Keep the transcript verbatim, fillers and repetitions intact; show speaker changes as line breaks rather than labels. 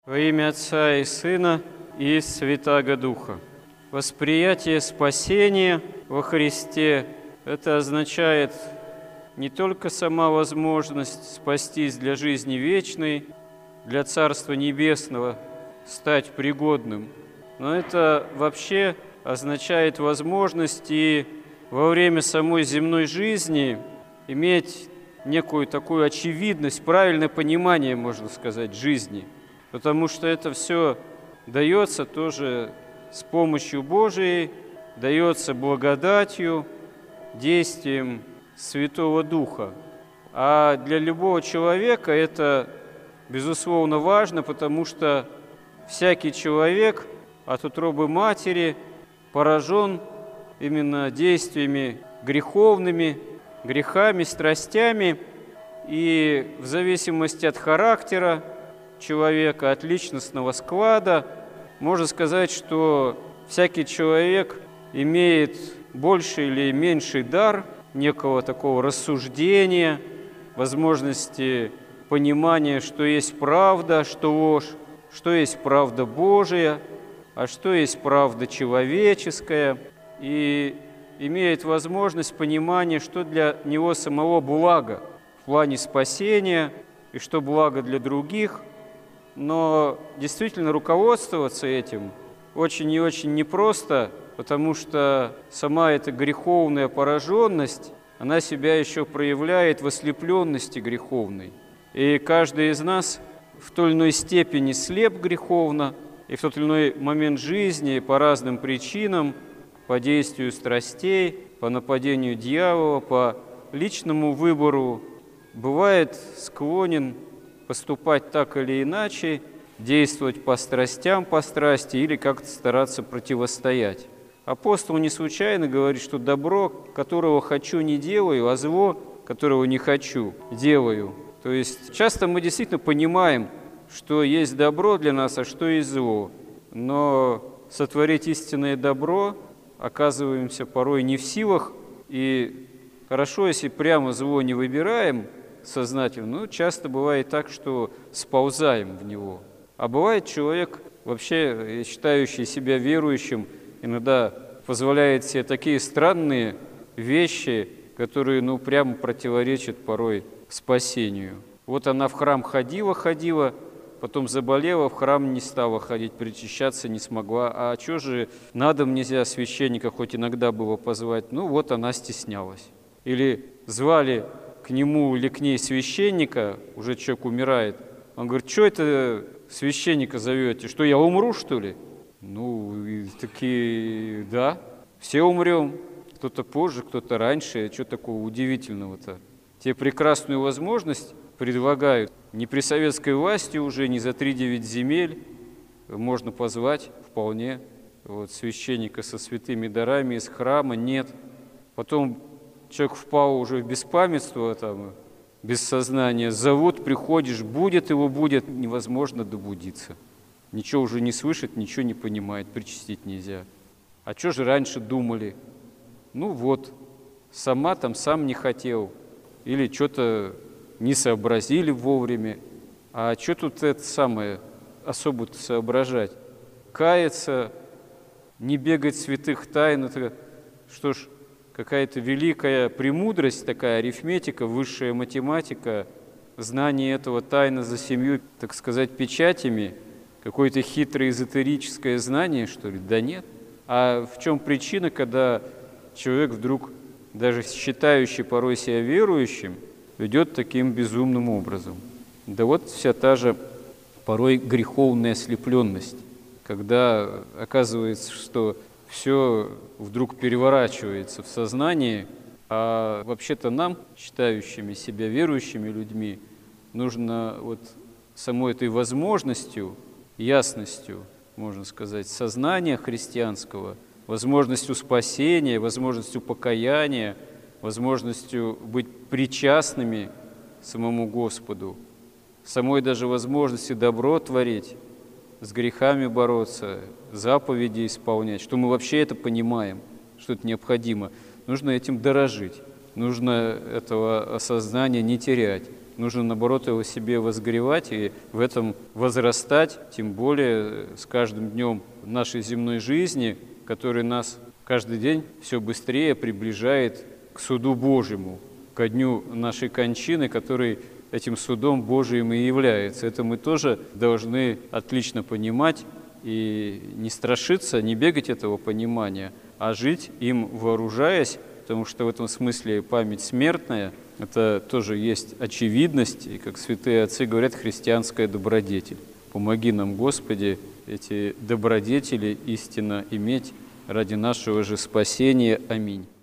Во имя Отца и Сына и Святаго Духа. Восприятие спасения во Христе – это означает не только сама возможность спастись для жизни вечной, для Царства Небесного, стать пригодным, но это вообще означает возможность и во время самой земной жизни иметь некую такую очевидность, правильное понимание, можно сказать, жизни. Потому что это все дается тоже с помощью Божией, дается благодатью, действием Святого Духа. А для любого человека это, безусловно, важно, потому что всякий человек от утробы матери поражен именно действиями греховными, грехами, страстями, и в зависимости от характера человека, от личностного склада, можно сказать, что всякий человек имеет больший или меньший дар некого такого рассуждения, возможности понимания, что есть правда, что ложь, что есть правда Божия, а что есть правда человеческая, и имеет возможность понимания, что для него самого благо в плане спасения и что благо для других. Но действительно руководствоваться этим очень и очень непросто, потому что сама эта греховная пораженность, она себя еще проявляет в ослепленности греховной. И каждый из нас в той или иной степени слеп греховно, и в тот или иной момент жизни по разным причинам, по действию страстей, по нападению дьявола, по личному выбору, бывает склонен поступать так или иначе, действовать по страстям, по страсти или как-то стараться противостоять. Апостол не случайно говорит, что добро, которого хочу, не делаю, а зло, которого не хочу, делаю. То есть часто мы действительно понимаем, что есть добро для нас, а что есть зло. Но сотворить истинное добро оказываемся порой не в силах, и хорошо, если прямо зло не выбираем сознательно, но часто бывает так, что сползаем в него. А бывает человек, вообще считающий себя верующим, иногда позволяет себе такие странные вещи, которые, ну, прямо противоречат порой спасению. Вот она в храм ходила-ходила, потом заболела, в храм не стала ходить, причащаться не смогла. А что же, на дом нельзя священника хоть иногда было позвать? Ну, вот она стеснялась. Или звали к нему или к ней священника, уже человек умирает. Он говорит: что это священника зовете? Что, я умру, что ли? Ну, и такие, да, все умрем. Кто-то позже, кто-то раньше. Что такого удивительного-то? Тебе прекрасную возможность предлагают. Не при советской власти уже, не за три девять земель. Можно позвать вполне вот, священника со святыми дарами из храма. Нет. Потом человек впал уже в беспамятство, там, без сознания. Зовут, приходишь, будет его, будет. Невозможно добудиться. Ничего уже не слышит, ничего не понимает, причастить нельзя. А что же раньше думали? Ну вот, сама там сам не хотел. Или что-то не сообразили вовремя. А что тут это самое особо-то соображать? Каяться, не бегать святых тайн, это что ж, какая-то великая премудрость, такая арифметика, высшая математика, знание этого тайны за семью, так сказать, печатями, какое-то хитрое эзотерическое знание, что ли? Да нет. А в чем причина, когда человек вдруг, даже считающий порой себя верующим, ведет таким безумным образом? Да вот вся та же порой греховная ослепленность, когда оказывается, что все вдруг переворачивается в сознании, а вообще-то нам, считающими себя верующими людьми, нужно вот самой этой возможностью, ясностью, можно сказать, сознания христианского, возможностью спасения, возможностью покаяния, возможностью быть причастными самому Господу, самой даже возможностью добро творить, с грехами бороться, заповеди исполнять, что мы вообще это понимаем, что это необходимо. Нужно этим дорожить, нужно этого осознания не терять. нужно, наоборот, его себе возгревать и в этом возрастать, тем более с каждым днем нашей земной жизни, который нас каждый день все быстрее приближает к суду Божьему, ко дню нашей кончины, который этим судом Божиим и является. Это мы тоже должны отлично понимать и не страшиться, не бегать этого понимания, а жить им, вооружаясь, потому что в этом смысле память смертная – это тоже есть очевидность, и, как святые отцы говорят, христианская добродетель. Помоги нам, Господи, эти добродетели истинно иметь ради нашего же спасения. Аминь.